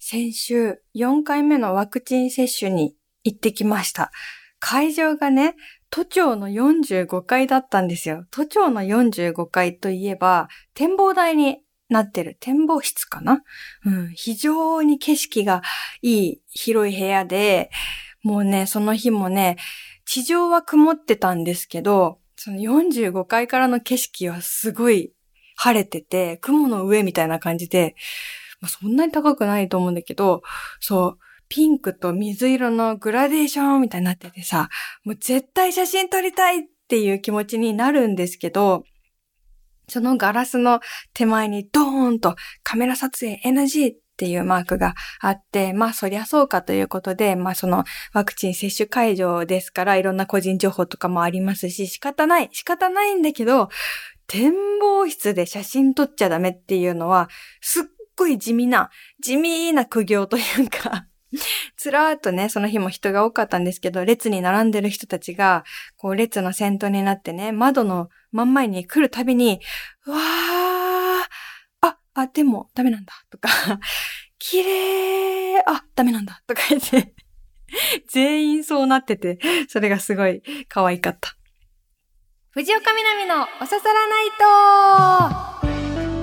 先週4回目のワクチン接種に行ってきました。会場がね、都庁の45階だったんですよ。都庁の45階といえば、展望台になってる展望室かな？非常に景色がいい広い部屋で、もうね、その日もね、地上は曇ってたんですけど、その45階からの景色はすごい晴れてて、雲の上みたいな感じで、そんなに高くないと思うんだけど、そう、ピンクと水色のグラデーションみたいになっててさ、もう絶対写真撮りたいっていう気持ちになるんですけど、そのガラスの手前にドーンとカメラ撮影 NG っていうマークがあって、そりゃそうかということで、そのワクチン接種会場ですからいろんな個人情報とかもありますし、仕方ないんだけど、展望室で写真撮っちゃダメっていうのは、すっごい地味な苦行というか、つらーっとね、その日も人が多かったんですけど、列に並んでる人たちが、こう列の先頭になってね、窓の真ん前に来るたびに、うわー、でもダメなんだ、とか、綺麗、ダメなんだ、とか言って、全員そうなってて、それがすごい可愛かった。藤岡みなみのおささらナイト。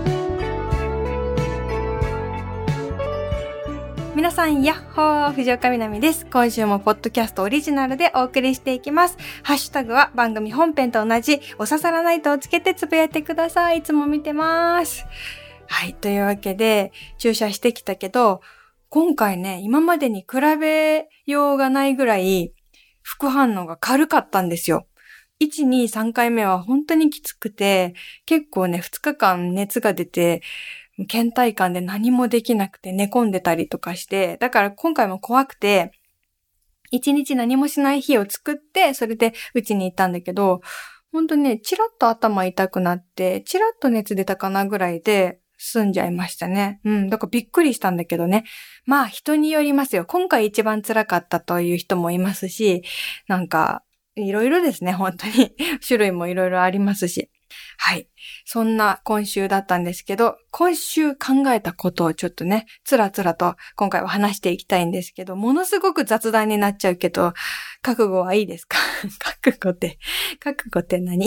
皆さん、やっほー、藤岡みなみです。今週もポッドキャストオリジナルでお送りしていきます。ハッシュタグは番組本編と同じおささらナイトをつけてつぶやいてください。いつも見てます。はい、というわけで注射してきたけど、今回ね、今までに比べようがないぐらい副反応が軽かったんですよ。1、2、3回目は本当にきつくて、結構ね、2日間熱が出て、倦怠感で何もできなくて寝込んでたりとかして、だから今回も怖くて、1日何もしない日を作って、それでうちに行ったんだけど、本当にね、チラッと頭痛くなって、チラッと熱出たかなぐらいで済んじゃいましたね。だからびっくりしたんだけどね。人によりますよ。今回一番辛かったという人もいますし、なんか、いろいろですね、本当に。種類もいろいろありますし。はい。そんな今週だったんですけど、今週考えたことをちょっとね、つらつらと今回は話していきたいんですけど、ものすごく雑談になっちゃうけど、覚悟はいいですか？覚悟って何？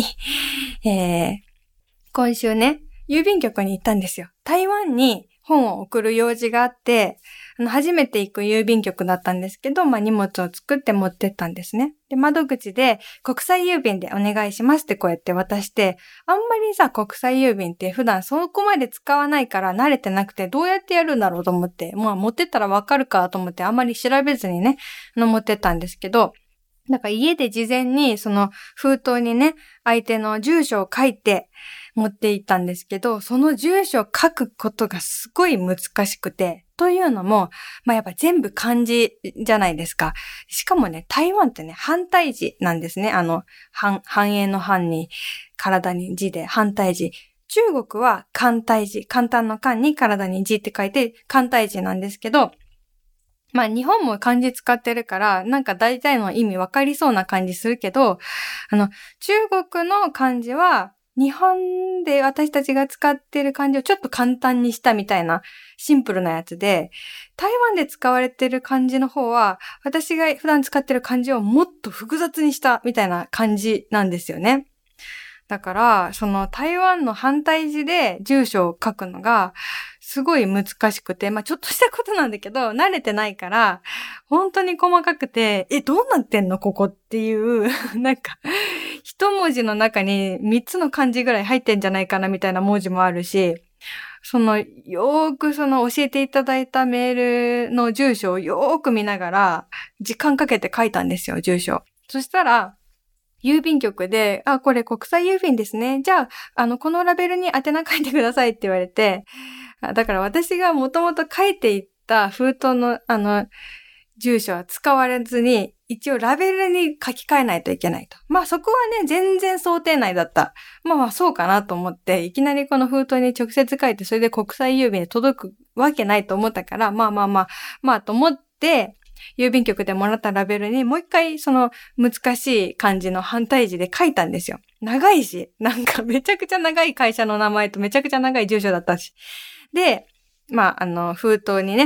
今週ね、郵便局に行ったんですよ。台湾に本を送る用事があって、初めて行く郵便局だったんですけど、荷物を作って持ってったんですね。で、窓口で国際郵便でお願いしますってこうやって渡して、あんまりさ、国際郵便って普段そこまで使わないから慣れてなくてどうやってやるんだろうと思って、持ってったらわかるかと思ってあんまり調べずにね、持ってったんですけど、なんか家で事前にその封筒にね、相手の住所を書いて持って行ったんですけど、その住所を書くことがすごい難しくて、というのも、やっぱ全部漢字じゃないですか。しかもね、台湾ってね、反対字なんですね。繁栄の繁に、体に字で反対字。中国は簡体字。簡単の簡に体に字って書いて簡体字なんですけど、日本も漢字使ってるから、なんか大体の意味わかりそうな感じするけど、中国の漢字は、日本で私たちが使ってる漢字をちょっと簡単にしたみたいなシンプルなやつで、台湾で使われてる漢字の方は、私が普段使ってる漢字をもっと複雑にしたみたいな漢字なんですよね。だから、その台湾の反対字で住所を書くのがすごい難しくて、ちょっとしたことなんだけど、慣れてないから、本当に細かくて、どうなってんのここっていう、なんか、一文字の中に3つの漢字ぐらい入ってんじゃないかなみたいな文字もあるし、よーく教えていただいたメールの住所をよーく見ながら、時間かけて書いたんですよ、住所。そしたら、郵便局で、これ国際郵便ですね。じゃあ、このラベルに宛名書いてくださいって言われて、だから私がもともと書いていった封筒の、住所は使われずに、一応ラベルに書き換えないといけないと。そこはね、全然想定内だった。そうかなと思って、いきなりこの封筒に直接書いて、それで国際郵便で届くわけないと思ったから、と思って、郵便局でもらったラベルにもう一回その難しい漢字の反対字で書いたんですよ。長いし、なんかめちゃくちゃ長い会社の名前とめちゃくちゃ長い住所だったし。で、封筒にね、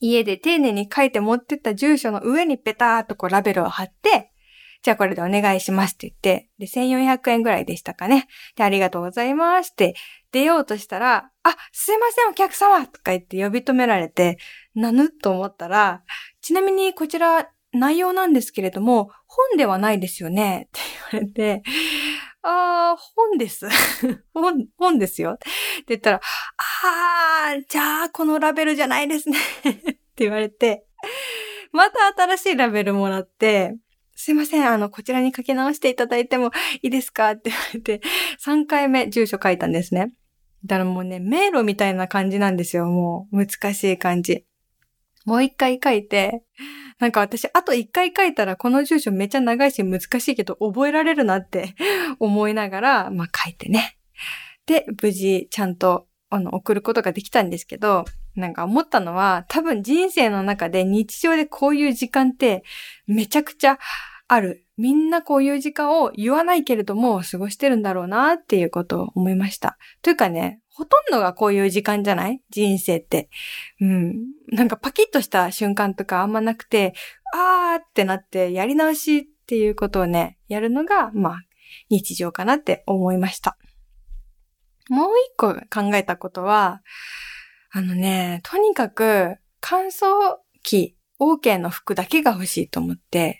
家で丁寧に書いて持ってった住所の上にペターっとこうラベルを貼って、じゃあこれでお願いしますって言って、で、1400円ぐらいでしたかね。で、ありがとうございますって出ようとしたら、すいませんお客様とか言って呼び止められて、と思ったら、ちなみにこちら内容なんですけれども、本ではないですよねって言われて、本です。本ですよ。って言ったら、じゃあこのラベルじゃないですねって言われて、また新しいラベルもらって、すいません、こちらに書き直していただいてもいいですかって言われて、3回目住所書いたんですね。だからもうね、迷路みたいな感じなんですよ。もう難しい感じ。もう一回書いて、なんか私、あと一回書いたらこの住所めっちゃ長いし難しいけど覚えられるなって思いながら、書いてね。で、無事ちゃんと送ることができたんですけど、なんか思ったのは、多分人生の中で日常でこういう時間ってめちゃくちゃある。みんなこういう時間を言わないけれども過ごしてるんだろうなっていうことを思いました。というかね、ほとんどがこういう時間じゃない？人生って。なんかパキッとした瞬間とかあんまなくて、ってなってやり直しっていうことをね、やるのが、日常かなって思いました。もう一個考えたことは、とにかく乾燥機、OK の服だけが欲しいと思って、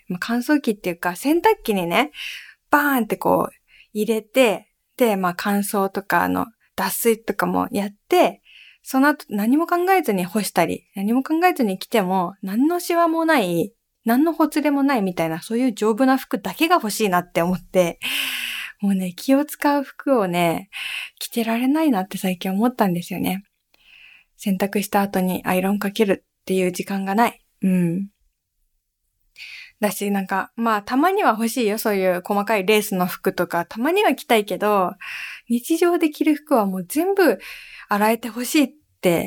乾燥機っていうか洗濯機にね、バーンってこう入れて、で、乾燥とか脱水とかもやって、その後何も考えずに干したり、何も考えずに着ても、何のシワもない、何のほつれもないみたいな、そういう丈夫な服だけが欲しいなって思って、もうね、気を使う服をね、着てられないなって最近思ったんですよね。洗濯した後にアイロンかけるっていう時間がない。だし、なんか、たまには欲しいよ。そういう細かいレースの服とか、たまには着たいけど、日常で着る服はもう全部洗えて欲しいって、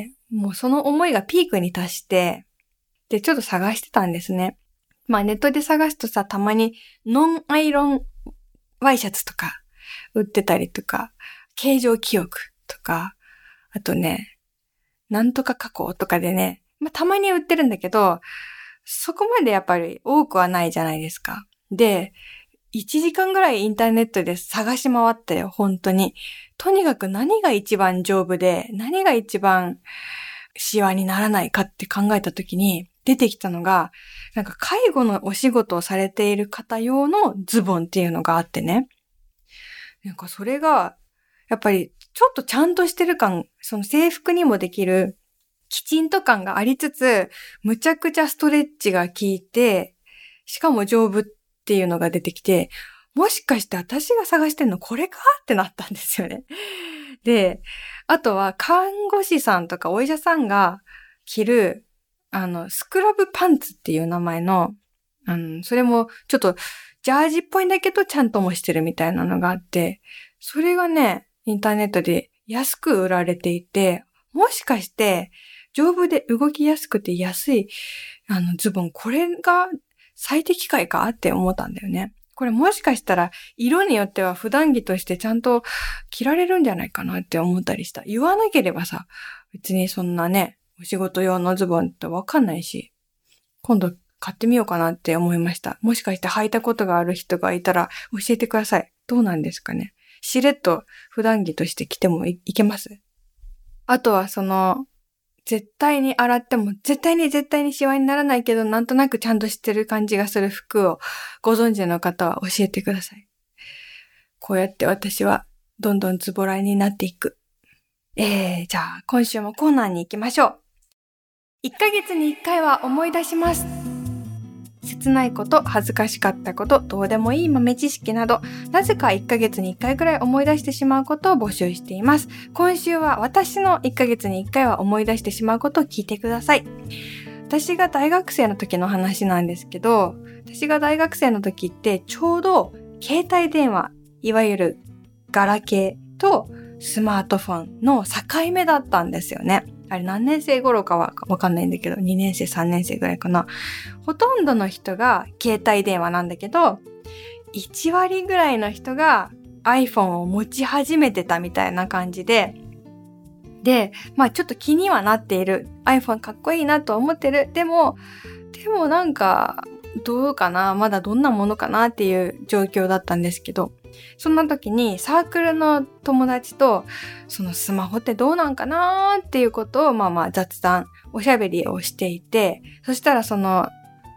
もうその思いがピークに達して、で、ちょっと探してたんですね。ネットで探すとさ、たまにノンアイロンワイシャツとか売ってたりとか、形状記憶とか、あとね、なんとか加工とかでね、たまに売ってるんだけど、そこまでやっぱり多くはないじゃないですか。で、1時間ぐらいインターネットで探し回ったよ、本当に。とにかく何が一番丈夫で、何が一番シワにならないかって考えたときに、出てきたのが、なんか介護のお仕事をされている方用のズボンっていうのがあってね。なんかそれが、やっぱりちょっとちゃんとしてる感、その制服にもできるきちんと感がありつつ、むちゃくちゃストレッチが効いて、しかも丈夫っていうのが出てきて、もしかして私が探してんのこれかってなったんですよね。で、あとは看護師さんとかお医者さんが着る、スクラブパンツっていう名前の、それもちょっとジャージっぽいんだけどちゃんともしてるみたいなのがあって、それがね、インターネットで安く売られていて、もしかして丈夫で動きやすくて安いズボン、これが最適解かって思ったんだよね。これもしかしたら色によっては普段着としてちゃんと着られるんじゃないかなって思ったりした。言わなければさ、別にそんなね、お仕事用のズボンってわかんないし、今度買ってみようかなって思いました。もしかして履いたことがある人がいたら教えてください。どうなんですかね。しれっと普段着として着てもいけます？あとは絶対に洗っても絶対にシワにならないけどなんとなくちゃんとしてる感じがする服をご存知の方は教えてください。こうやって私はどんどんズボラになっていく。じゃあ今週もコーナーに行きましょう。1ヶ月に1回は思い出します。切ないこと、恥ずかしかったこと、どうでもいい豆知識など、なぜか1ヶ月に1回くらい思い出してしまうことを募集しています。今週は私の1ヶ月に1回は思い出してしまうことを聞いてください。私が大学生の時の話なんですけど、私が大学生の時ってちょうど携帯電話、いわゆるガラケーとスマートフォンの境目だったんですよね。あれ何年生頃かはわかんないんだけど、2年生、3年生ぐらいかな。ほとんどの人が携帯電話なんだけど、1割ぐらいの人が iPhone を持ち始めてたみたいな感じで、 で、ちょっと気にはなっている。iPhone かっこいいなとは思ってる。でもなんか、どうかな、まだどんなものかなっていう状況だったんですけど、そんな時にサークルの友達と、そのスマホってどうなんかなっていうことを雑談、おしゃべりをしていて、そしたらその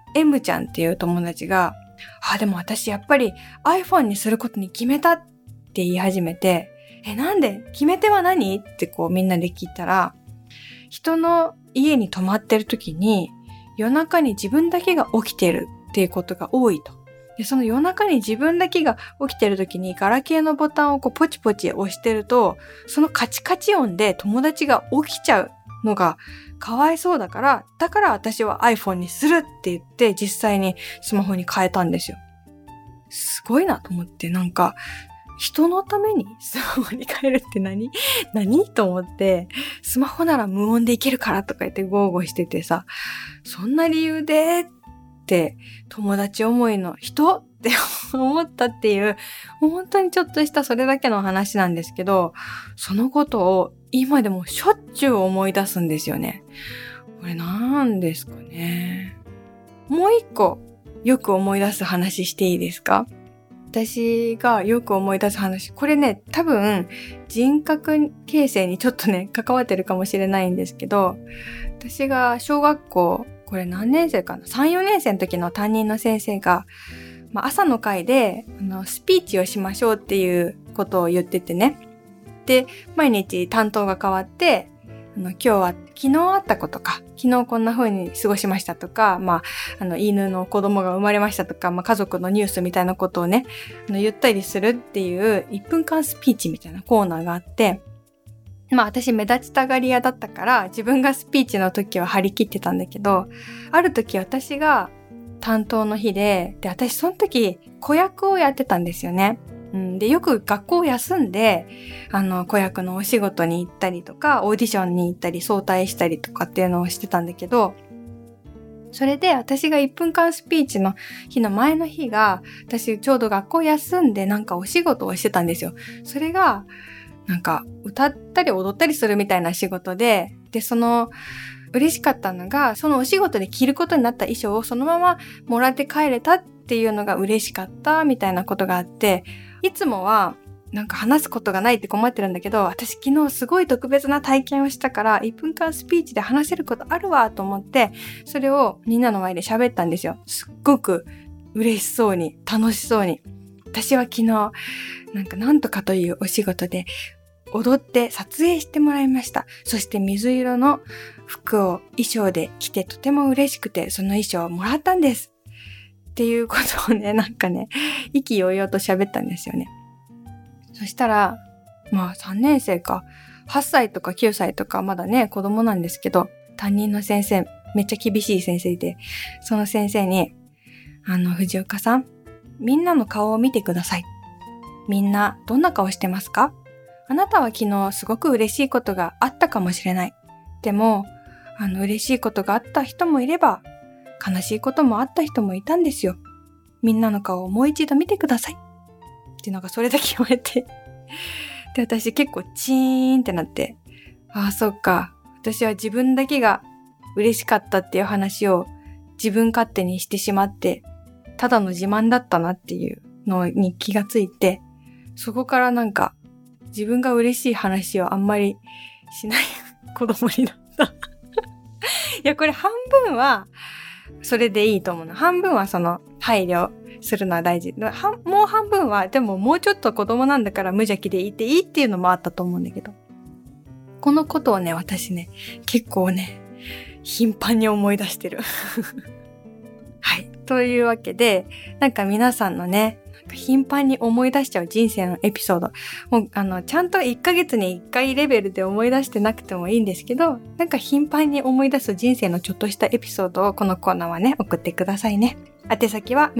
M ちゃんっていう友達が、でも私やっぱり iPhone にすることに決めたって言い始めて、なんで決め手は何ってこうみんなで聞いたら、人の家に泊まってる時に夜中に自分だけが起きてるっていうことが多いと。で、その夜中に自分だけが起きてる時にガラケーのボタンをこうポチポチ押してると、そのカチカチ音で友達が起きちゃうのがかわいそうだから、だから私は iPhone にするって言って実際にスマホに変えたんですよ。すごいなと思って、なんか人のためにスマホに変えるって何と思って、スマホなら無音でいけるからとか言ってゴーゴーしててさ、そんな理由でって友達思いの人って思ったっていう、本当にちょっとしたそれだけの話なんですけど、そのことを今でもしょっちゅう思い出すんですよね。これなんですかね。もう一個よく思い出す話していいですか？私がよく思い出す話。これね、多分人格形成にちょっとね、関わってるかもしれないんですけど、私が小学校、これ何年生かな ?3、4年生の時の担任の先生が、朝の会でスピーチをしましょうっていうことを言っててね。で、毎日担当が変わって、今日は昨日あったことか、昨日こんな風に過ごしましたとか、犬の子供が生まれましたとか、家族のニュースみたいなことをね、言ったりするっていう1分間スピーチみたいなコーナーがあって、私目立ちたがり屋だったから自分がスピーチの時は張り切ってたんだけど、ある時私が担当の日で、私その時子役をやってたんですよね。で、よく学校を休んで、子役のお仕事に行ったりとか、オーディションに行ったり、早退したりとかっていうのをしてたんだけど、それで私が1分間スピーチの日の前の日が、私ちょうど学校休んでなんかお仕事をしてたんですよ。それが、なんか歌ったり踊ったりするみたいな仕事で、嬉しかったのが、そのお仕事で着ることになった衣装をそのままもらって帰れたっていうのが嬉しかったみたいなことがあって、いつもはなんか話すことがないって困ってるんだけど、私昨日すごい特別な体験をしたから1分間スピーチで話せることあるわと思って、それをみんなの前で喋ったんですよ。すっごく嬉しそうに、楽しそうに。私は昨日なんとかというお仕事で踊って撮影してもらいました。そして水色の服を衣装で着てとても嬉しくて、その衣装をもらったんです。っていうことをね、意気揚々と喋ったんですよね。そしたら、3年生か、8歳とか9歳とかまだね、子供なんですけど、担任の先生、めっちゃ厳しい先生で、その先生に、藤岡さん、みんなの顔を見てください。みんな、どんな顔してますか？あなたは昨日すごく嬉しいことがあったかもしれない。でも、嬉しいことがあった人もいれば、悲しいこともあった人もいたんですよ。みんなの顔をもう一度見てください。ってそれだけ言われて。で、私結構チーンってなって、そっか。私は自分だけが嬉しかったっていう話を自分勝手にしてしまって、ただの自慢だったなっていうのに気がついて、そこから自分が嬉しい話をあんまりしない子供になった。いや、これ半分はそれでいいと思うの。半分は配慮するのは大事。もう半分はでももうちょっと子供なんだから無邪気でいていいっていうのもあったと思うんだけど。このことをね、私ね、結構ね、頻繁に思い出してる。はい。というわけで、皆さんのね、頻繁に思い出しちゃう人生のエピソード。もう、ちゃんと1ヶ月に1回レベルで思い出してなくてもいいんですけど、頻繁に思い出す人生のちょっとしたエピソードをこのコーナーはね、送ってくださいね。宛先は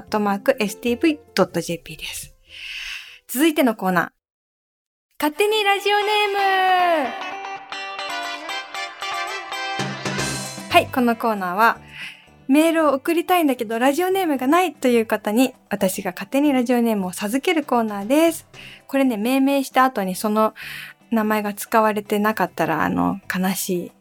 minami@stv.jp です。続いてのコーナー。勝手にラジオネーム。はい、このコーナーは、メールを送りたいんだけどラジオネームがないという方に私が勝手にラジオネームを授けるコーナーです。これね、命名した後にその名前が使われてなかったら悲しい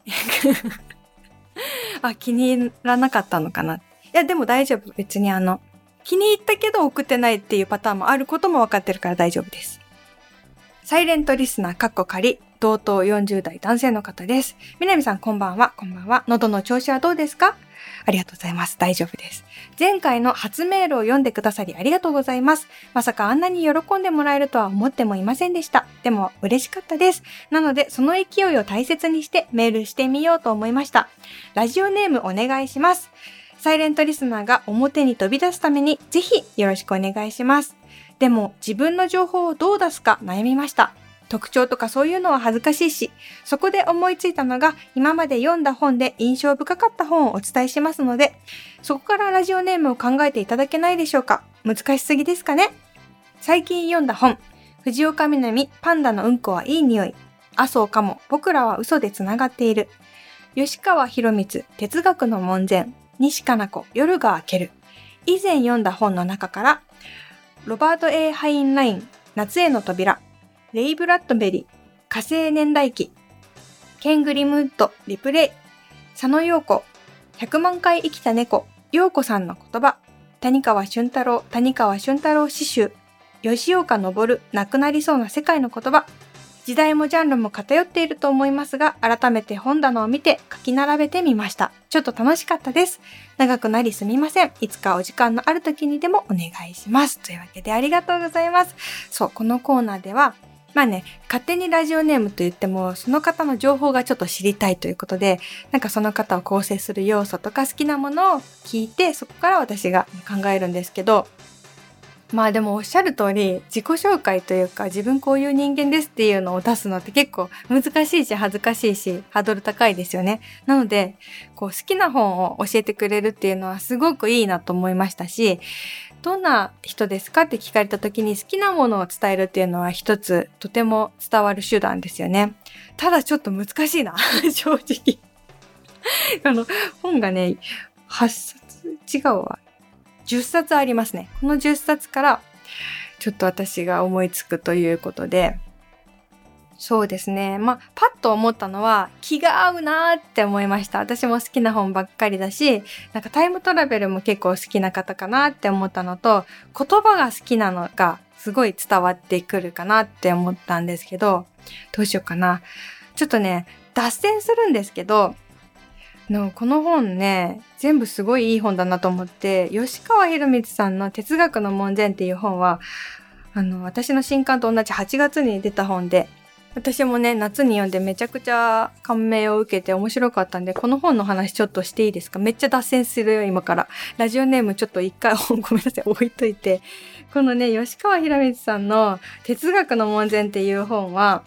気に入らなかったのかな。いやでも大丈夫。別に気に入ったけど送ってないっていうパターンもあることも分かってるから大丈夫です。サイレントリスナー仮同等40代男性の方です。南さんこんばんは。こんばんは。喉の調子はどうですか？ありがとうございます。大丈夫です。前回の初メールを読んでくださりありがとうございます。まさかあんなに喜んでもらえるとは思ってもいませんでした。でも嬉しかったです。なのでその勢いを大切にしてメールしてみようと思いました。ラジオネームお願いします。サイレントリスナーが表に飛び出すためにぜひよろしくお願いします。でも自分の情報をどう出すか悩みました。特徴とかそういうのは恥ずかしいし、そこで思いついたのが今まで読んだ本で印象深かった本をお伝えしますので、そこからラジオネームを考えていただけないでしょうか。難しすぎですかね。最近読んだ本、藤岡みなみパンダのうんこはいい匂い、麻生かも僕らは嘘でつながっている、吉川博光哲学の門前、西加奈子夜が明ける。以前読んだ本の中からロバート・ A. ハインライン夏への扉、レイ・ブラッドベリー火星年代記、ケン・グリムウッドリプレイ、佐野陽子100万回生きた猫、陽子さんの言葉、谷川俊太郎詩集、吉岡昇亡くなりそうな世界の言葉。時代もジャンルも偏っていると思いますが、改めて本棚を見て書き並べてみました。ちょっと楽しかったです。長くなりすみません。いつかお時間のある時にでもお願いします。というわけでありがとうございます。そう、このコーナーでは勝手にラジオネームと言っても、その方の情報がちょっと知りたいということで、その方を構成する要素とか好きなものを聞いて、そこから私が考えるんですけど、でもおっしゃる通り、自己紹介というか、自分こういう人間ですっていうのを出すのって結構難しいし恥ずかしいし、ハードル高いですよね。なので、好きな本を教えてくれるっていうのはすごくいいなと思いましたし、どんな人ですかって聞かれた時に好きなものを伝えるっていうのは一つとても伝わる手段ですよね。ただちょっと難しいな、正直。本がね、8冊違うわ。10冊ありますね。この10冊からちょっと私が思いつくということで、そうですね。パッと思ったのは気が合うなーって思いました。私も好きな本ばっかりだし、タイムトラベルも結構好きな方かなって思ったのと、言葉が好きなのがすごい伝わってくるかなって思ったんですけど、どうしようかな。ちょっとね、脱線するんですけど、この本ね、全部すごいいい本だなと思って、吉川博光さんの哲学の門前っていう本は、私の新刊と同じ8月に出た本で、私もね、夏に読んでめちゃくちゃ感銘を受けて面白かったんで、この本の話ちょっとしていいですか？めっちゃ脱線するよ、今から。ラジオネームちょっと一回ごめんなさい、置いといて。このね、吉川博光さんの哲学の門前っていう本は、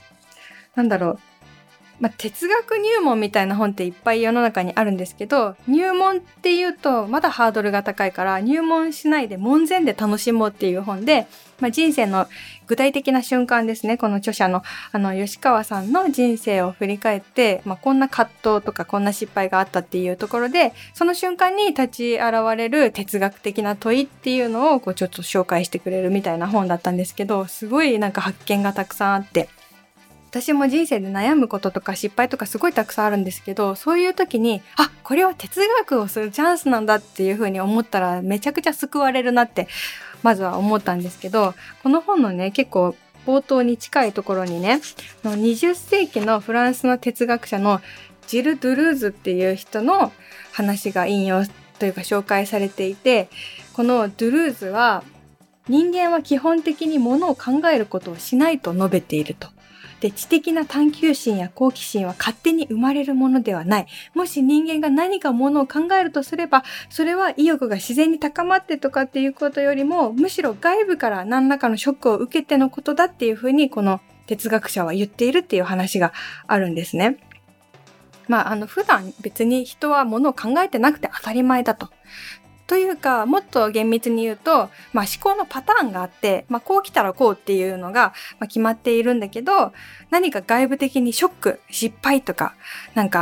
哲学入門みたいな本っていっぱい世の中にあるんですけど、入門っていうとまだハードルが高いから入門しないで門前で楽しもうっていう本で、人生の具体的な瞬間ですね。この著者の吉川さんの人生を振り返って、こんな葛藤とかこんな失敗があったっていうところで、その瞬間に立ち現れる哲学的な問いっていうのをちょっと紹介してくれるみたいな本だったんですけど、すごい発見がたくさんあって、私も人生で悩むこととか失敗とかすごいたくさんあるんですけど、そういう時に、これは哲学をするチャンスなんだっていう風に思ったらめちゃくちゃ救われるなってまずは思ったんですけど、この本のね、結構冒頭に近いところにね、20世紀のフランスの哲学者のジル・ドゥルーズっていう人の話が引用というか紹介されていて、このドゥルーズは人間は基本的にものを考えることをしないと述べていると。で、知的な探求心や好奇心は勝手に生まれるものではない。もし人間が何かものを考えるとすれば、それは意欲が自然に高まってとかっていうことよりも、むしろ外部から何らかのショックを受けてのことだっていうふうに、この哲学者は言っているっていう話があるんですね。普段別に人はものを考えてなくて当たり前だと。というか、もっと厳密に言うと、思考のパターンがあって、こう来たらこうっていうのが、決まっているんだけど、何か外部的にショック、失敗とか、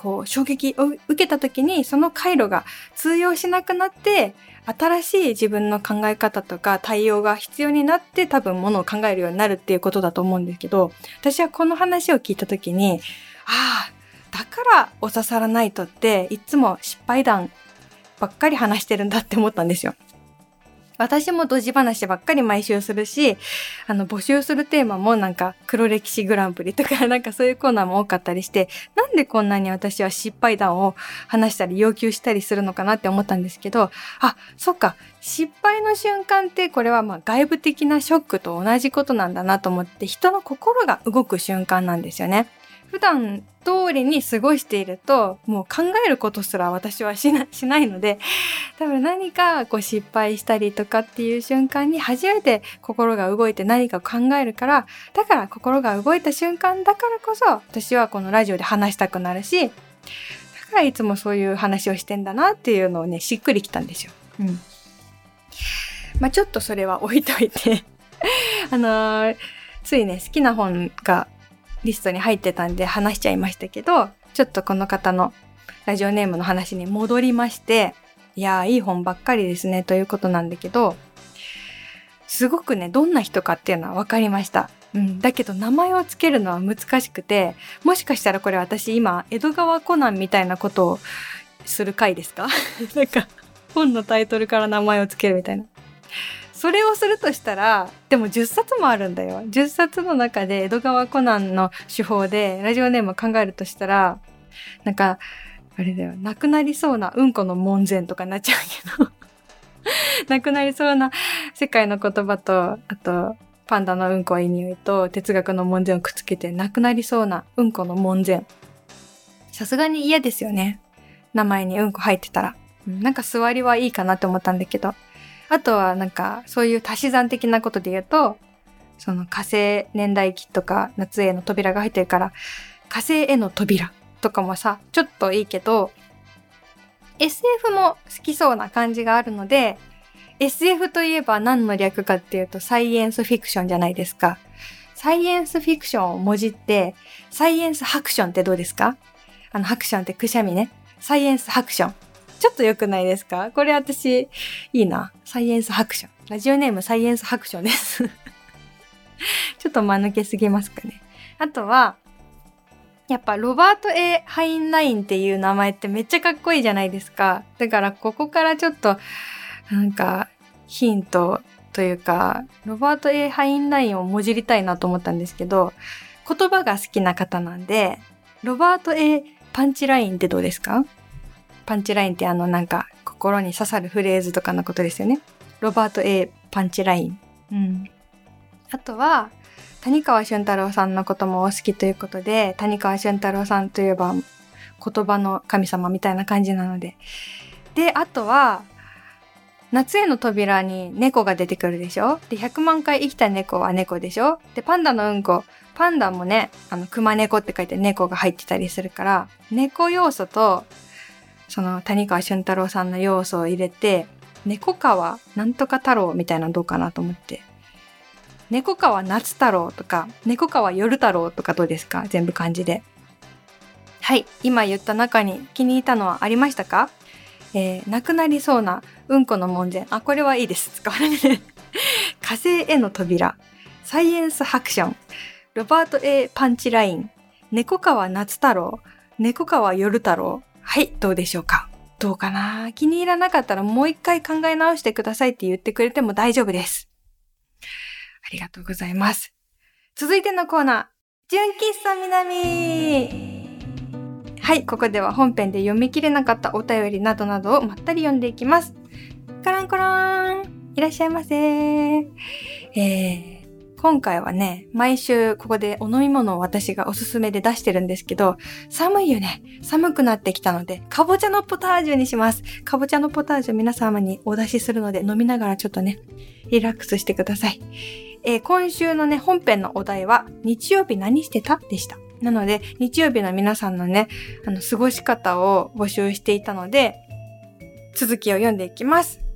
こう衝撃を受けた時にその回路が通用しなくなって、新しい自分の考え方とか対応が必要になって多分ものを考えるようになるっていうことだと思うんですけど、私はこの話を聞いた時に、だからお刺さらないとっていつも失敗談ばっかり話してるんだって思ったんですよ。私もドジ話ばっかり毎週するし、募集するテーマもなんか黒歴史グランプリとかなんかそういうコーナーも多かったりして、なんでこんなに私は失敗談を話したり要求したりするのかなって思ったんですけど、そっか、失敗の瞬間ってこれは外部的なショックと同じことなんだなと思って、人の心が動く瞬間なんですよね。普段通りに過ごしていると、もう考えることすら私はしないので、多分何かこう失敗したりとかっていう瞬間に初めて心が動いて何かを考えるから、だから心が動いた瞬間だからこそ、私はこのラジオで話したくなるし、だからいつもそういう話をしてんだなっていうのをね、しっくりきたんですよ。ちょっとそれは置いといて、ついね、好きな本がリストに入ってたんで話しちゃいましたけど、ちょっとこの方のラジオネームの話に戻りまして、いい本ばっかりですねということなんだけど、すごくね、どんな人かっていうのは分かりました。だけど名前をつけるのは難しくて、もしかしたらこれ私今江戸川コナンみたいなことをする回ですか？なんか本のタイトルから名前をつけるみたいな。それをするとしたら、でも10冊もあるんだよ。10冊の中で江戸川コナンの手法でラジオネームを考えるとしたら、なんか、あれだよ、なくなりそうなうんこの門前とかになっちゃうけど、なくなりそうな世界の言葉と、あと、パンダのうんこいい匂いと哲学の門前をくっつけて、なくなりそうなうんこの門前。さすがに嫌ですよね。名前にうんこ入ってたら。なんか座りはいいかなって思ったんだけど、あとはなんかそういう足し算的なことで言うと、その火星年代記とか夏への扉が入ってるから、火星への扉とかもさ、ちょっといいけど、SF も好きそうな感じがあるので、SF といえば何の略かっていうとサイエンスフィクションじゃないですか。サイエンスフィクションをもじって、サイエンスハクションってどうですか？ハクションってくしゃみね。サイエンスハクション。ちょっと良くないですか？これ私、いいな。サイエンスハクション。ラジオネームサイエンスハクションです。ちょっと間抜けすぎますかね。あとは、やっぱロバート・ A ・ハインラインっていう名前ってめっちゃかっこいいじゃないですか。だからここからちょっと、なんか、ヒントというか、ロバート・ A ・ハインラインをもじりたいなと思ったんですけど、言葉が好きな方なんで、ロバート・ A ・パンチラインってどうですか？パンチラインってなんか心に刺さるフレーズとかのことですよね。ロバート・ A ・パンチライン。あとは、谷川俊太郎さんのこともお好きということで、谷川俊太郎さんといえば言葉の神様みたいな感じなので。で、あとは、夏への扉に猫が出てくるでしょ？で、100万回生きた猫は猫でしょ？で、パンダのうんこ、パンダもね、熊猫って書いて猫が入ってたりするから、猫要素と、その谷川俊太郎さんの要素を入れて、猫川なんとか太郎みたいなのどうかなと思って。猫川夏太郎とか、猫川夜太郎とかどうですか？全部漢字で。はい、今言った中に気に入ったのはありましたか？なくなりそうなうんこの門前。これはいいです。使わないで。火星への扉。サイエンスハクション。ロバート・ A ・パンチライン。猫川夏太郎。猫川夜太郎。はい、どうでしょうか？どうかな？気に入らなかったらもう一回考え直してくださいって言ってくれても大丈夫です。ありがとうございます。続いてのコーナー。純喫茶南。はい、ここでは本編で読み切れなかったお便りなどなどをまったり読んでいきます。カランコラーン。いらっしゃいませ。今回はね、毎週ここでお飲み物を私がおすすめで出してるんですけど、寒いよね。寒くなってきたので、かぼちゃのポタージュにします。かぼちゃのポタージュ皆様にお出しするので、飲みながらちょっとね、リラックスしてください。今週のね、本編のお題は、日曜日何してた？でした。なので、日曜日の皆さんのね、過ごし方を募集していたので、続きを読んでいきます。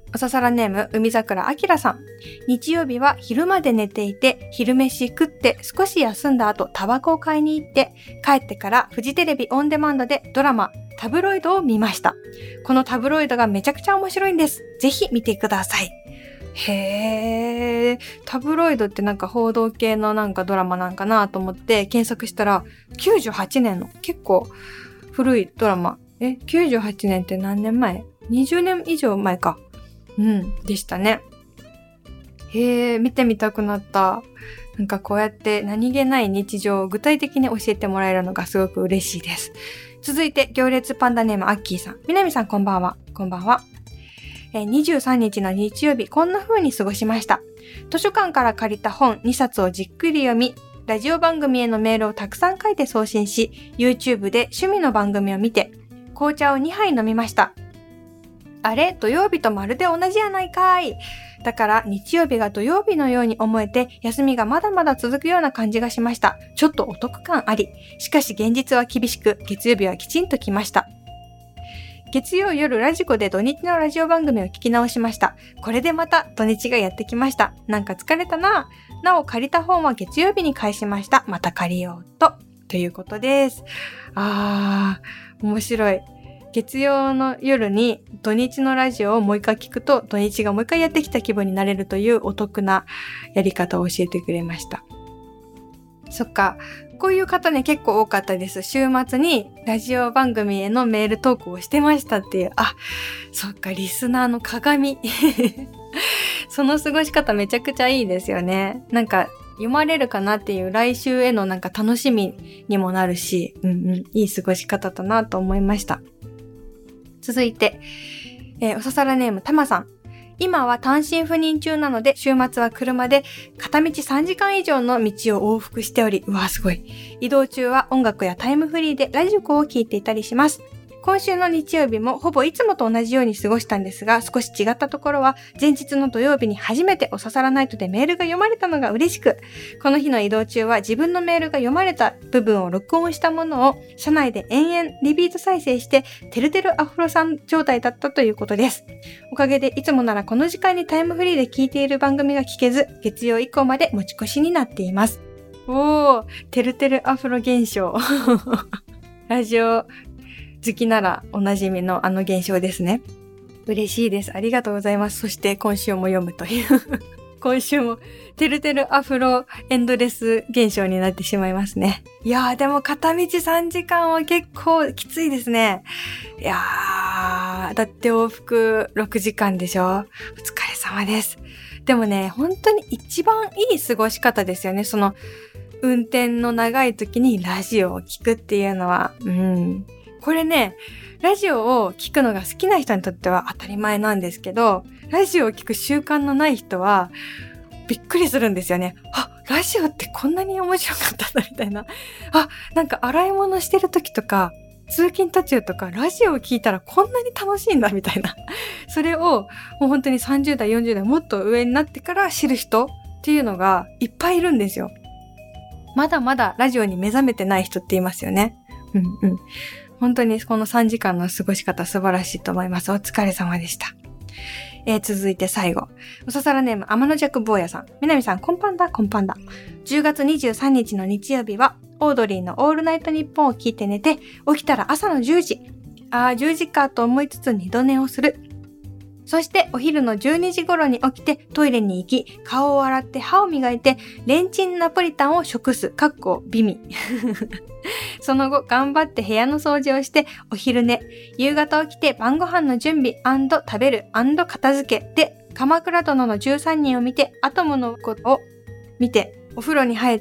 おささらネーム、海桜あきらさん。日曜日は昼まで寝ていて、昼飯食って少し休んだ後、タバコを買いに行って、帰ってからフジテレビオンデマンドでドラマ、タブロイドを見ました。このタブロイドがめちゃくちゃ面白いんです。ぜひ見てください。へー、タブロイドってなんか報道系のなんかドラマなんかなと思って検索したら、98年の結構古いドラマ。98年って何年前？ 20 年以上前か。でしたね。見てみたくなった。なんかこうやって何気ない日常を具体的に教えてもらえるのがすごく嬉しいです。続いて、行列パンダネームアッキーさん。みなみさんこんばんは。こんばんは。23日の日曜日、こんな風に過ごしました。図書館から借りた本2冊をじっくり読み、ラジオ番組へのメールをたくさん書いて送信し、YouTube で趣味の番組を見て、紅茶を2杯飲みました。あれ？土曜日とまるで同じやないかい。だから日曜日が土曜日のように思えて、休みがまだまだ続くような感じがしました。ちょっとお得感あり。しかし現実は厳しく、月曜日はきちんと来ました。月曜夜ラジコで土日のラジオ番組を聞き直しました。これでまた土日がやってきました。なんか疲れたな。なお借りた本は月曜日に返しました。また借りようと。ということです。面白い。月曜の夜に土日のラジオをもう一回聞くと、土日がもう一回やってきた気分になれるというお得なやり方を教えてくれました。そっか。こういう方ね、結構多かったです。週末にラジオ番組へのメール投稿をしてましたっていう。そっか、リスナーの鏡。その過ごし方めちゃくちゃいいですよね。なんか、読まれるかなっていう来週へのなんか楽しみにもなるし、いい過ごし方だなと思いました。続いて、おささらネームたまさん。今は単身赴任中なので、週末は車で片道3時間以上の道を往復しており、すごい。移動中は音楽やタイムフリーでラジコを聴いていたりします。今週の日曜日もほぼいつもと同じように過ごしたんですが、少し違ったところは、前日の土曜日に初めておささらナイトでメールが読まれたのが嬉しく、この日の移動中は自分のメールが読まれた部分を録音したものを、車内で延々リピート再生して、てるてるアフロさん状態だったということです。おかげでいつもならこの時間にタイムフリーで聞いている番組が聞けず、月曜以降まで持ち越しになっています。てるてるアフロ現象。ラジオ好きならおなじみのあの現象ですね。嬉しいです。ありがとうございます。そして今週も読むという。今週もてるてるアフロエンドレス現象になってしまいますね。いやーでも片道3時間は結構きついですね。いやー、だって往復6時間でしょ。お疲れ様です。でもね、本当に一番いい過ごし方ですよね。その運転の長い時にラジオを聞くっていうのは、これね、ラジオを聞くのが好きな人にとっては当たり前なんですけど、ラジオを聞く習慣のない人はびっくりするんですよね。ラジオってこんなに面白かったんだみたいな。なんか洗い物してる時とか、通勤途中とかラジオを聞いたらこんなに楽しいんだみたいな。それをもう本当に30代、40代もっと上になってから知る人っていうのがいっぱいいるんですよ。まだまだラジオに目覚めてない人って言いますよね。本当にこの3時間の過ごし方素晴らしいと思います。お疲れ様でした。続いて最後。おささらネーム天の弱坊やさん。みなみさん、こんぱんだ。10月23日の日曜日は、オードリーのオールナイトニッポンを聞いて寝て、起きたら朝の10時。10時かと思いつつ二度寝をする。そしてお昼の12時頃に起きてトイレに行き、顔を洗って歯を磨いて、レンチンナポリタンを食す。美味。その後、頑張って部屋の掃除をして、お昼寝。夕方起きて晩ご飯の準備&食べる&片付けで、鎌倉殿の13人を見て、アトムのことを見て、お風呂に入って、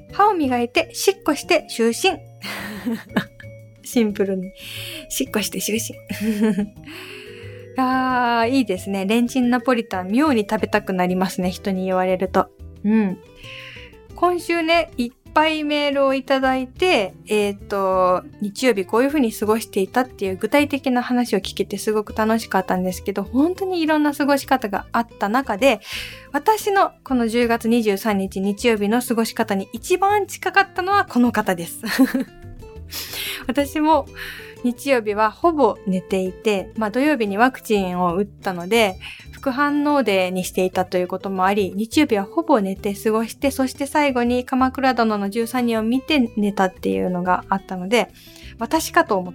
歯を磨いて、しっこして就寝。シンプルに。しっこして就寝。いいですね。レンチンナポリタン、妙に食べたくなりますね。人に言われると。今週ね、いっぱいメールをいただいて、日曜日こういう風に過ごしていたっていう具体的な話を聞けてすごく楽しかったんですけど、本当にいろんな過ごし方があった中で、私のこの10月23日日曜日の過ごし方に一番近かったのはこの方です。 私も日曜日はほぼ寝ていて、土曜日にワクチンを打ったので、副反応デーにしていたということもあり、日曜日はほぼ寝て過ごして、そして最後に鎌倉殿の13人を見て寝たっていうのがあったので、私かと思った。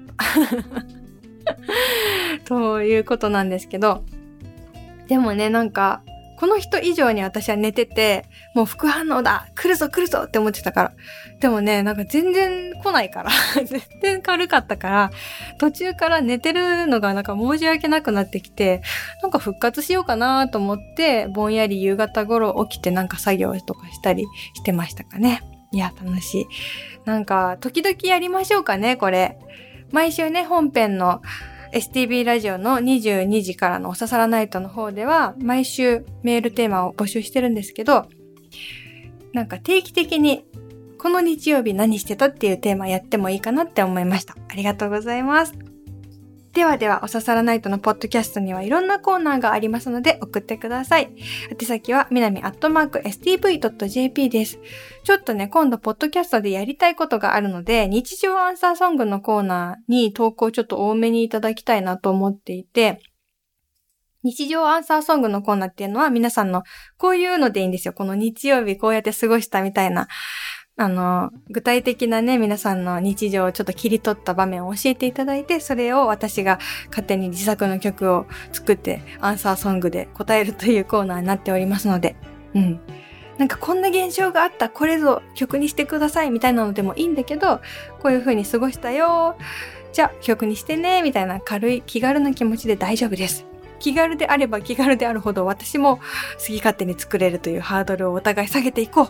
ということなんですけど、でもね、この人以上に私は寝てて、もう副反応だ、来るぞって思ってたから。でもね、全然来ないから、全然軽かったから、途中から寝てるのが申し訳なくなってきて、復活しようかなと思って、ぼんやり夕方頃起きて作業とかしたりしてましたかね。いや、楽しい。時々やりましょうかね、これ。毎週ね、本編のSTB ラジオの22時からのおささらナイトの方では毎週メールテーマを募集してるんですけど、定期的にこの日曜日何してたっていうテーマやってもいいかなって思いました。ありがとうございます。ではおささらナイトのポッドキャストにはいろんなコーナーがありますので送ってください。宛先はminami@stv.jp です。ちょっとね、今度ポッドキャストでやりたいことがあるので、日常アンサーソングのコーナーに投稿ちょっと多めにいただきたいなと思っていて、日常アンサーソングのコーナーっていうのは皆さんのこういうのでいいんですよ。この日曜日こうやって過ごしたみたいな。具体的なね、皆さんの日常をちょっと切り取った場面を教えていただいて、それを私が勝手に自作の曲を作ってアンサーソングで答えるというコーナーになっておりますので、こんな現象があった、これぞ曲にしてくださいみたいなのでもいいんだけど、こういう風に過ごしたよ、じゃあ曲にしてね、みたいな軽い気軽な気持ちで大丈夫です。気軽であれば気軽であるほど私も好き勝手に作れるというハードルをお互い下げていこう。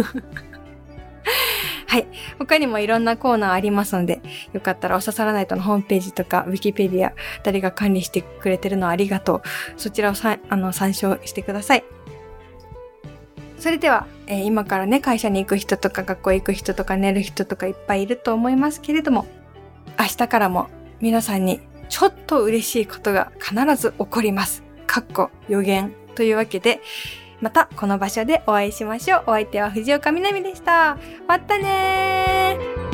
はい。他にもいろんなコーナーありますので、よかったらおささらナイトのホームページとか、ウィキペディア、誰が管理してくれてるのありがとう。そちらを参照してください。それでは、今からね、会社に行く人とか、学校行く人とか、寝る人とかいっぱいいると思いますけれども、明日からも皆さんにちょっと嬉しいことが必ず起こります。予言というわけで、またこの場所でお会いしましょう。お相手は藤岡みなみでした。またねー。